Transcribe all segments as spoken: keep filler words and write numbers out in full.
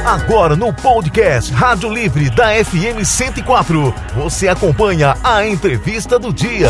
Agora no podcast Rádio Livre da F M cento e quatro, você acompanha a entrevista do dia.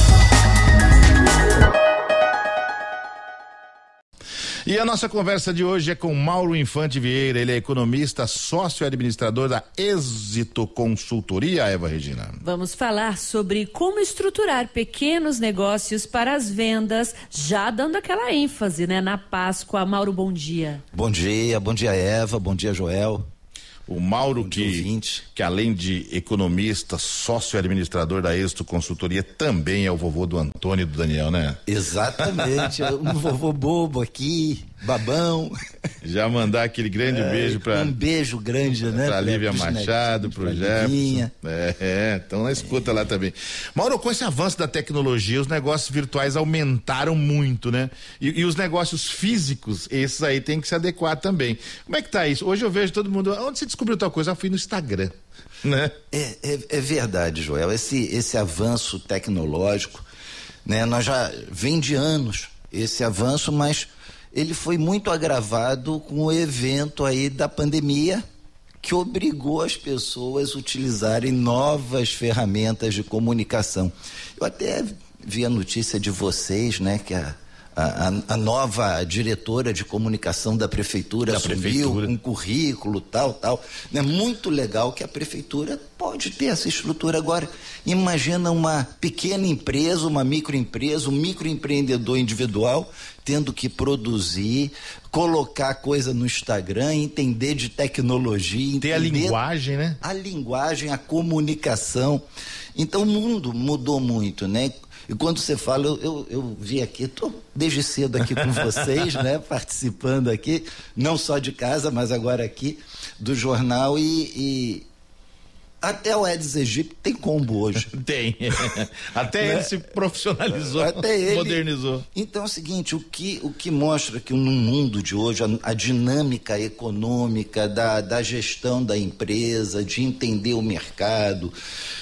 E a nossa conversa de hoje é com Mauro Infante Vieira. Ele é economista, sócio administrador da Êxito Consultoria, Eva Regina. Vamos falar sobre como estruturar pequenos negócios para as vendas, já dando aquela ênfase, né, na Páscoa. Mauro, bom dia. Bom dia, bom dia, Eva, bom dia, Joel. O Mauro, que, que além de economista, sócio administrador da Êxito Consultoria, também é o vovô do Antônio e do Daniel, né? Exatamente, um vovô bobo aqui, babão. Já mandar aquele grande é, beijo para um beijo grande, né? Para Lívia Machado, para o Jefferson. É, é, então na escuta é. lá também. Mauro, com esse avanço da tecnologia, os negócios virtuais aumentaram muito, né? E, e os negócios físicos, esses aí tem que se adequar também. Como é que tá isso? Hoje eu vejo todo mundo, onde você descobriu tal coisa? Eu fui no Instagram, né? É, é, é verdade, Joel, esse, esse avanço tecnológico, né? Nós já vem de anos esse avanço, mas ele foi muito agravado com o evento aí da pandemia, que obrigou as pessoas a utilizarem novas ferramentas de comunicação. Eu até vi a notícia de vocês, né, que a, a, a nova diretora de comunicação da prefeitura da assumiu prefeitura. um currículo, tal, tal. É muito legal que a prefeitura pode ter essa estrutura. Agora, imagina uma pequena empresa, uma microempresa, um microempreendedor individual tendo que produzir, colocar coisa no Instagram, entender de tecnologia, ter a linguagem, né? A linguagem, a comunicação. Então o mundo mudou muito, né? E quando você fala, eu, eu, eu vi aqui, tô desde cedo aqui com vocês, né? Participando aqui, não só de casa, mas agora aqui do jornal e, e até o Aedes aegypti tem combo hoje. Tem. Até né? ele se profissionalizou, até ele modernizou. Então é o seguinte, o que, o que mostra que no mundo de hoje, a, a dinâmica econômica da, da gestão da empresa, de entender o mercado,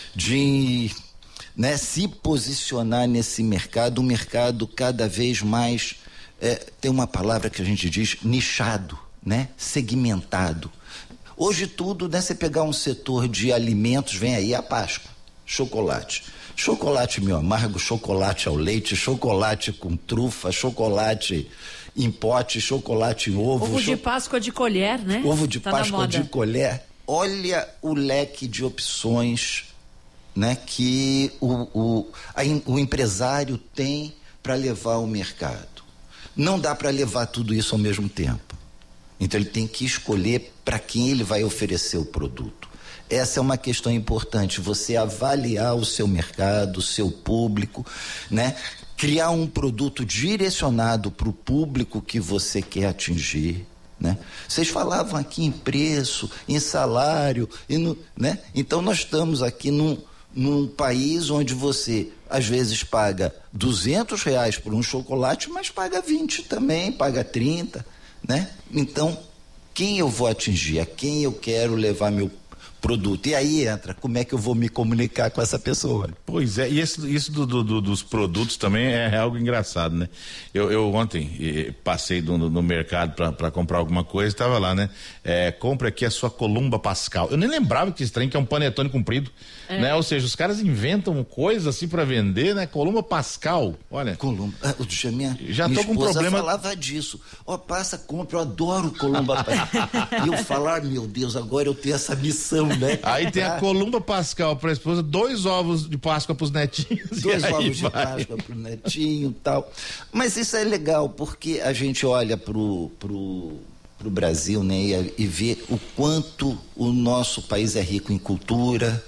de, né, se posicionar nesse mercado, o mercado cada vez mais, é, tem uma palavra que a gente diz, nichado, né? Segmentado. Hoje tudo, né? Você pegar um setor de alimentos, vem aí a Páscoa, chocolate. Chocolate meio amargo, chocolate ao leite, chocolate com trufa, chocolate em pote, chocolate em ovo. Ovo cho... de Páscoa de colher, né? Ovo de tá Páscoa de colher. Olha o leque de opções, né? Que o, o, a, o empresário tem para levar ao mercado. Não dá para levar tudo isso ao mesmo tempo. Então ele tem que escolher para quem ele vai oferecer o produto. Essa é uma questão importante, você avaliar o seu mercado, o seu público, né? Criar um produto direcionado para o público que você quer atingir, né? Vocês falavam aqui em preço, em salário, e no, né? Então nós estamos aqui num, num país onde você às vezes paga duzentos reais por um chocolate, mas paga vinte também, paga trinta. Né? Então, quem eu vou atingir? A quem eu quero levar meu produto? E aí entra, como é que eu vou me comunicar com essa pessoa? Pois é, e esse, isso do, do, dos produtos também é algo engraçado, né? Eu, eu ontem eh, passei do, no mercado para comprar alguma coisa, estava lá, né? É, compre aqui a sua Columba Pascal. Eu nem lembrava que esse trem que é um panetone comprido, é. né? Ou seja, os caras inventam coisas assim para vender, né? Columba Pascal, olha. Columba, ah, o minha, já minha tô com esposa problema. falava disso. Ó, oh, passa, compra, eu adoro Columba Pascal. E eu falar, meu Deus, agora eu tenho essa missão, né? Aí tem a Columba Pascal para a esposa, dois ovos de Páscoa para os netinhos. Dois ovos de Páscoa para o netinho e tal. Mas isso é legal, porque a gente olha pro, pro, pro Brasil, né? E, e vê o quanto o nosso país é rico em cultura,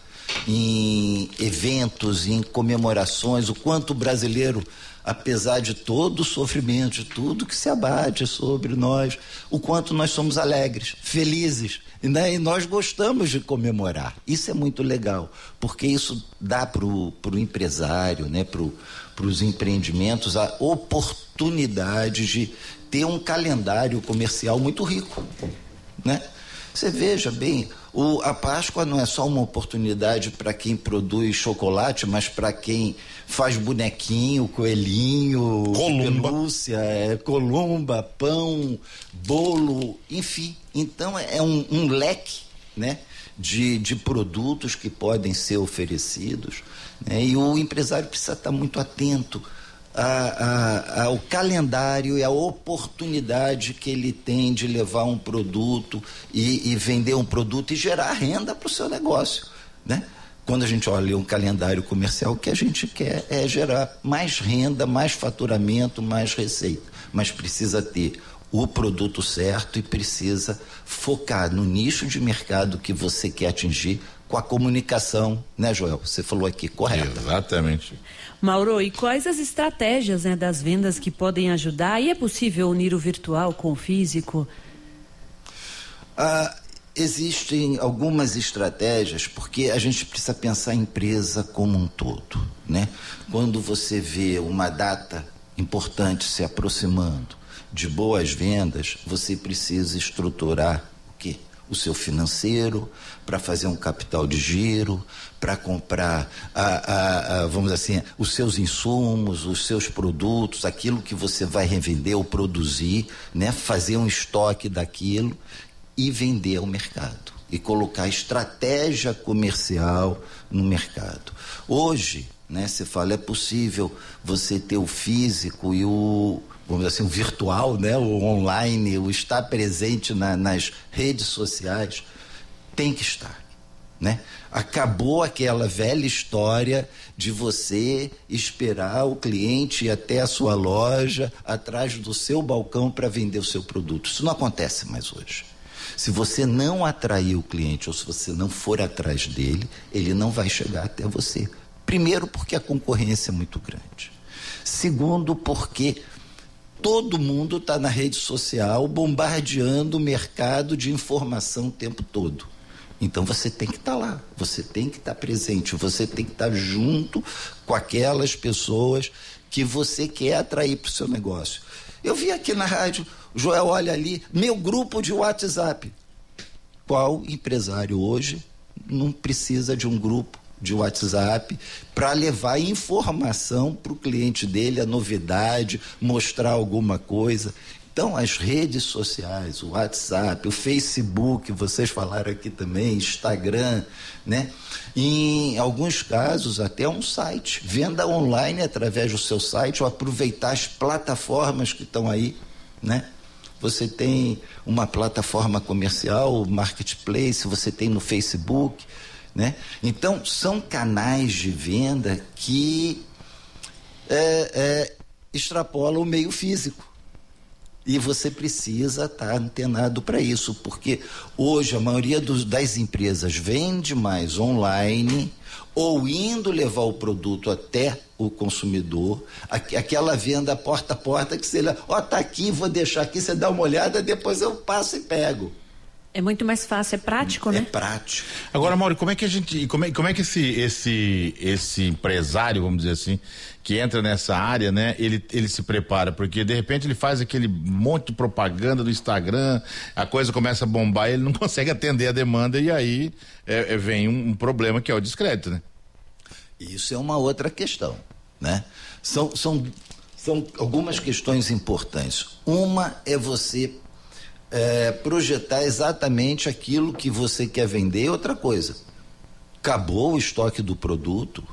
em eventos, em comemorações, o quanto o brasileiro, apesar de todo o sofrimento, de tudo que se abate sobre nós, o quanto nós somos alegres, felizes, né? E nós gostamos de comemorar. Isso é muito legal, porque isso dá para o empresário, né? Para os empreendimentos, a oportunidade de ter um calendário comercial muito rico, né? Você veja bem, o, a Páscoa não é só uma oportunidade para quem produz chocolate, mas para quem faz bonequinho, coelhinho, columba. pelúcia, é, columba, pão, bolo, enfim. Então é um, um leque, né, de, de produtos que podem ser oferecidos, né, e o empresário precisa estar muito atento A, a, ao calendário e a oportunidade que ele tem de levar um produto e, e vender um produto e gerar renda para o seu negócio, né? Quando a gente olha um calendário comercial, o que a gente quer é gerar mais renda, mais faturamento, mais receita, mas precisa ter o produto certo e precisa focar no nicho de mercado que você quer atingir com a comunicação, né, Joel? Você falou aqui, correto. Exatamente. Mauro, e quais as estratégias, né, das vendas que podem ajudar? E é possível unir o virtual com o físico? Ah, existem algumas estratégias, porque a gente precisa pensar a empresa como um todo, né? Quando você vê uma data importante se aproximando de boas vendas, você precisa estruturar o quê? O seu financeiro, para fazer um capital de giro, para comprar, a, a, a, vamos dizer assim, os seus insumos, os seus produtos, aquilo que você vai revender ou produzir, né? Fazer um estoque daquilo e vender ao mercado e colocar estratégia comercial no mercado. Hoje, né, você fala, é possível você ter o físico e o, vamos dizer assim, o virtual, né, o online, o estar presente na, nas redes sociais. Tem que estar, né? Acabou aquela velha história de você esperar o cliente ir até a sua loja, atrás do seu balcão para vender o seu produto. Isso não acontece mais hoje. Se você não atrair o cliente ou se você não for atrás dele, ele não vai chegar até você. Primeiro, porque a concorrência é muito grande. Segundo, porque todo mundo está na rede social bombardeando o mercado de informação o tempo todo. Então você tem que estar lá, você tem que estar presente, você tem que estar junto com aquelas pessoas que você quer atrair para o seu negócio. Eu vi aqui na rádio, Joel, olha ali, meu grupo de WhatsApp. Qual empresário hoje não precisa de um grupo de WhatsApp para levar informação para o cliente dele, a novidade, mostrar alguma coisa? Então, as redes sociais, o WhatsApp, o Facebook, vocês falaram aqui também, Instagram, né? Em alguns casos, até um site, venda online através do seu site ou aproveitar as plataformas que estão aí, né? Você tem uma plataforma comercial, marketplace, você tem no Facebook, né? Então, são canais de venda que é, é, extrapolam o meio físico. E você precisa estar antenado para isso, porque hoje a maioria dos, das empresas vende mais online ou indo levar o produto até o consumidor, aqu- aquela venda porta a porta que você, ó, tá aqui, vou deixar aqui, você dá uma olhada, depois eu passo e pego. É muito mais fácil, é prático, É né? prático. Agora, Mauro, como é que a gente, como é, como é que esse, esse, esse empresário, vamos dizer assim, que entra nessa área, né, ele, ele se prepara, porque de repente ele faz aquele monte de propaganda do Instagram, a coisa começa a bombar e ele não consegue atender a demanda e aí é, é, vem um, um problema que é o descrédito, né? Isso é uma outra questão, né? São, são, são algumas questões importantes. Uma é você É, projetar exatamente aquilo que você quer vender. Outra coisa, acabou o estoque do produto,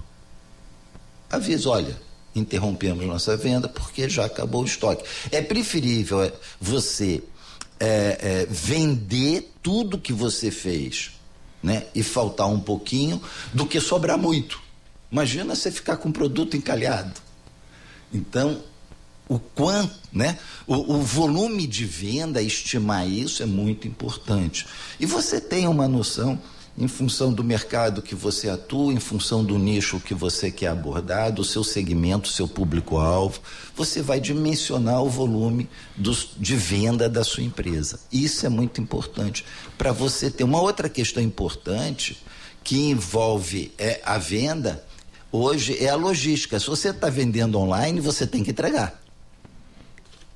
avisa, olha, interrompemos nossa venda porque já acabou o estoque. É preferível é, você é, é, vender tudo que você fez, né, e faltar um pouquinho do que sobrar muito. Imagina você ficar com o produto encalhado. Então, o quanto, né? O, o volume de venda, estimar isso é muito importante. E você tem uma noção, em função do mercado que você atua, em função do nicho que você quer abordar, do seu segmento, seu público-alvo, você vai dimensionar o volume dos, de venda da sua empresa. Isso é muito importante para você ter. Uma outra questão importante que envolve é, a venda, hoje, é a logística. Se você está vendendo online, você tem que entregar.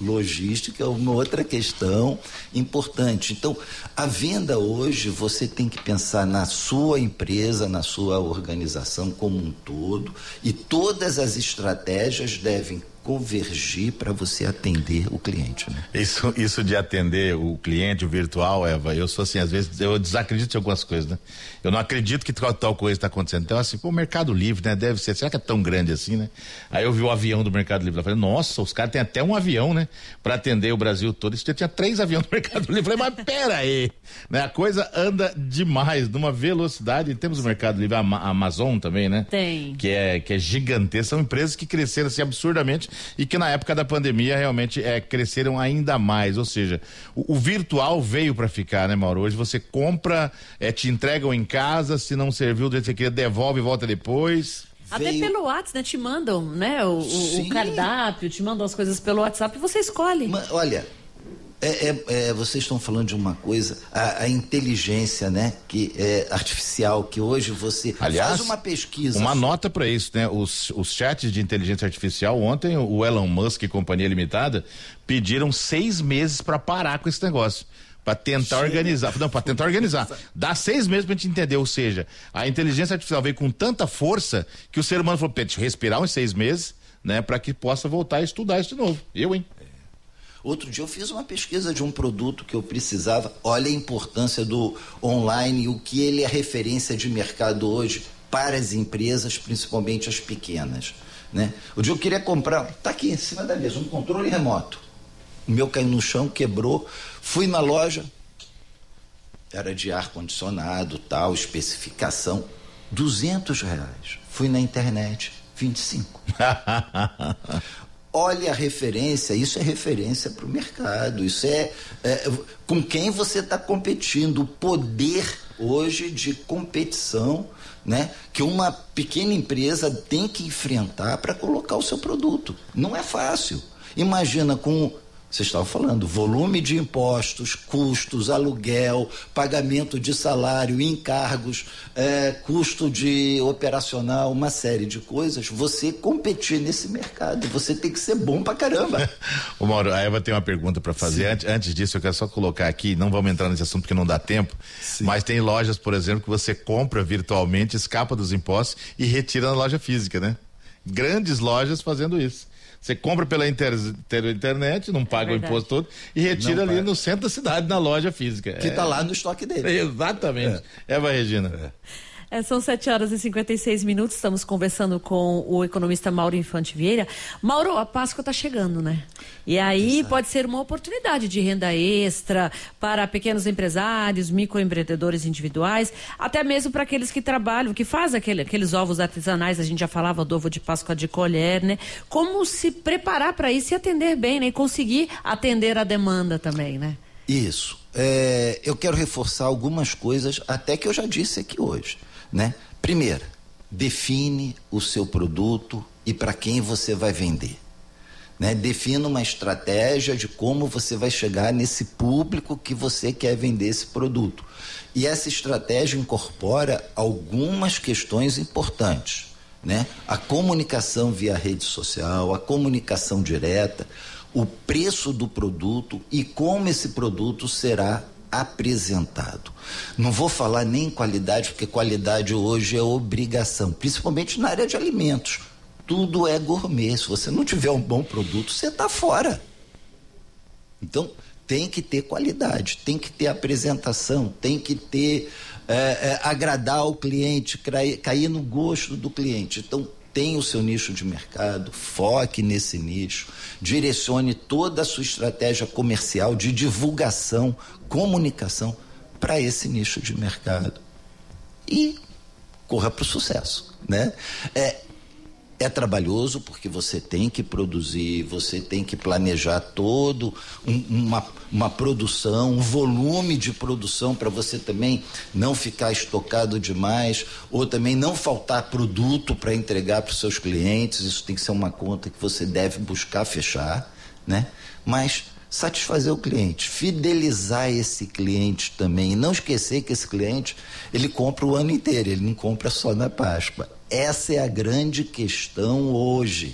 Logística é uma outra questão importante. Então, a venda hoje, você tem que pensar na sua empresa, na sua organização como um todo, e todas as estratégias devem convergir para você atender o cliente, né? Isso, isso de atender o cliente, o virtual, Eva, eu sou assim, às vezes eu desacredito em algumas coisas, né? Eu não acredito que tal, tal coisa está acontecendo. Então, assim, pô, o Mercado Livre, né? Deve ser, será que é tão grande assim, né? Aí eu vi o avião do Mercado Livre, eu falei, nossa, os caras têm até um avião, né? Para atender o Brasil todo. Isso já tinha três aviões do Mercado Livre. Eu falei, mas pera aí, né? A coisa anda demais, numa velocidade. Temos o Mercado Livre, a Amazon também, né? Tem. Que é, que é gigantesca, são empresas que cresceram assim absurdamente e que na época da pandemia realmente é, cresceram ainda mais, ou seja, o, o virtual veio para ficar, né, Mauro? Hoje você compra, é, te entregam em casa, se não serviu do jeito que você queria, devolve e volta depois. Até Veio... pelo WhatsApp, né? Te mandam, né? O, o, o cardápio, te mandam as coisas pelo WhatsApp e você escolhe. Mas, olha, é, é, é, vocês estão falando de uma coisa, a, a inteligência, né? Que é artificial, que hoje você Aliás, faz uma pesquisa. Uma nota para isso, né? Os, os chats de inteligência artificial, ontem o Elon Musk e Companhia Limitada pediram seis meses para parar com esse negócio. Para tentar Chega. organizar, não, para tentar organizar. Dá seis meses pra gente entender, ou seja, a inteligência artificial veio com tanta força que o ser humano falou, deixa eu respirar uns seis meses, né, para que possa voltar a estudar isso de novo. Eu, hein? É. Outro dia eu fiz uma pesquisa de um produto que eu precisava, olha a importância do online, o que ele é referência de mercado hoje para as empresas, principalmente as pequenas, né? O dia eu queria comprar, tá aqui em cima da mesa, um controle remoto. O meu caiu no chão, quebrou. Fui na loja, era de ar-condicionado, tal, especificação, duzentos reais. Fui na internet, vinte e cinco. Olha a referência, isso é referência para o mercado, isso é, é com quem você está competindo, o poder hoje de competição, né, que uma pequena empresa tem que enfrentar para colocar o seu produto. Não é fácil. Imagina com... Vocês estavam falando, volume de impostos, custos, aluguel, pagamento de salário, encargos, é, custo de operacional, uma série de coisas. Você competir nesse mercado, você tem que ser bom pra caramba. Ô Mauro, a Eva tem uma pergunta para fazer. Antes, antes disso, eu quero só colocar aqui, não vamos entrar nesse assunto porque não dá tempo, Sim. mas tem lojas, por exemplo, que você compra virtualmente, escapa dos impostos e retira na loja física, né? Grandes lojas fazendo isso. Você compra pela inter, pela internet, não paga é o imposto todo e retira não ali paga. No centro da cidade, na loja física. Que está é. lá no estoque dele. Exatamente. É. Eva Regina. É. É, são sete horas e cinquenta e seis minutos, estamos conversando com o economista Mauro Infante Vieira. Mauro, a Páscoa está chegando, né? E aí Exato. Pode ser uma oportunidade de renda extra para pequenos empresários, microempreendedores individuais, até mesmo para aqueles que trabalham, que fazem aquele, aqueles ovos artesanais, a gente já falava do ovo de Páscoa de colher, né? Como se preparar para isso e atender bem, né? E conseguir atender a demanda também, né? Isso. É, eu quero reforçar algumas coisas, até que eu já disse aqui hoje. Né? Primeiro, define o seu produto e para quem você vai vender. Né? Defina uma estratégia de como você vai chegar nesse público que você quer vender esse produto. E essa estratégia incorpora algumas questões importantes. Né? A comunicação via rede social, a comunicação direta, o preço do produto e como esse produto será apresentado. Não vou falar nem em qualidade, porque qualidade hoje é obrigação, principalmente na área de alimentos. Tudo é gourmet. Se você não tiver um bom produto, você está fora. Então, tem que ter qualidade, tem que ter apresentação, tem que ter é, é, agradar o cliente, cair, cair no gosto do cliente. Então, tem o seu nicho de mercado, foque nesse nicho, direcione toda a sua estratégia comercial de divulgação, comunicação para esse nicho de mercado e corra para o sucesso, né? É, é trabalhoso porque você tem que produzir, você tem que planejar todo um, uma, uma produção, um volume de produção para você também não ficar estocado demais ou também não faltar produto para entregar para os seus clientes. Isso tem que ser uma conta que você deve buscar fechar, né? Mas satisfazer o cliente, fidelizar esse cliente também e não esquecer que esse cliente ele compra o ano inteiro, ele não compra só na Páscoa. Essa é a grande questão hoje.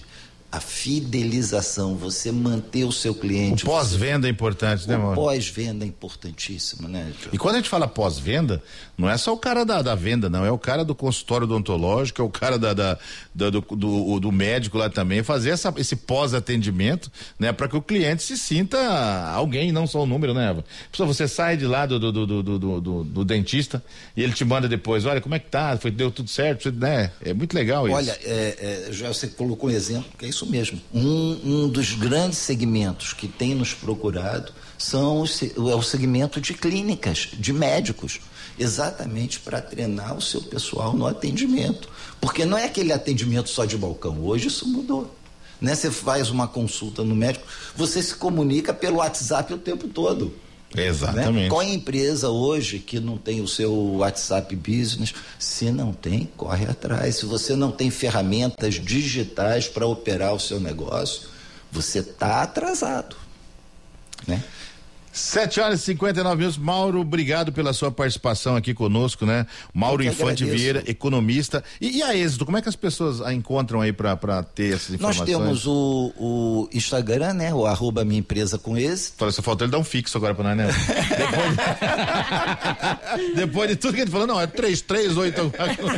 A fidelização, você manter o seu cliente. O pós-venda é importante, né, Mauro? O pós-venda é importantíssimo, né, João? E quando a gente fala pós-venda, não é só o cara da, da venda, não. É o cara do consultório odontológico, é o cara da, da, da do, do, do médico lá também. Fazer essa, esse pós-atendimento, né? Para que o cliente se sinta alguém, não só o número, né, Eva? Você sai de lá do, do, do, do, do, do, do dentista e ele te manda depois, olha, como é que tá? Foi, deu tudo certo? Né? É muito legal isso. Olha, é, é, já você colocou um exemplo, que é isso mesmo. Um, um dos grandes segmentos que tem nos procurado são os, é o segmento de clínicas, de médicos, exatamente para treinar o seu pessoal no atendimento. Porque não é aquele atendimento só de balcão, hoje isso mudou. Né? Você faz uma consulta no médico, você se comunica pelo WhatsApp o tempo todo. Exatamente. Né? Qual empresa hoje que não tem o seu WhatsApp Business? Se não tem, corre atrás. Se você não tem ferramentas digitais para operar o seu negócio, você está atrasado, né? sete horas e cinquenta e nove minutos. Mauro, obrigado pela sua participação aqui conosco, né? Mauro Infante Vieira, economista. E, e a Êxito, como é que as pessoas a encontram aí para ter essas informações? Nós temos o, o Instagram, né? O arroba minha empresa com êxito. Fala, só falta ele dar um fixo agora para nós, né? Depois, de... Depois de tudo que ele falou, não, é três três oito.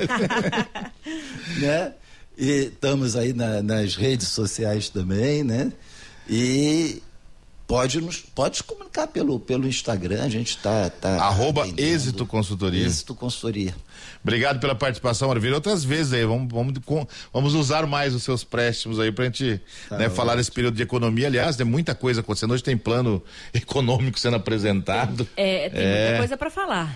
Né? E estamos aí na, nas redes sociais também, né? E pode nos pode se comunicar pelo, pelo Instagram, a gente está tá arroba Êxito Consultoria. Êxito Consultoria. Obrigado pela participação, Mauro Vieira. Outras vezes aí, vamos, vamos, vamos usar mais os seus préstimos aí pra gente tá, né, falar desse período de economia. Aliás, tem muita coisa acontecendo. Hoje tem plano econômico sendo apresentado. É, tem é... muita coisa para falar.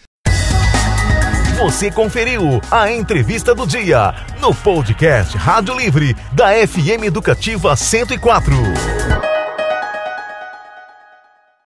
Você conferiu a entrevista do dia no podcast Rádio Livre da F M Educativa cento e quatro.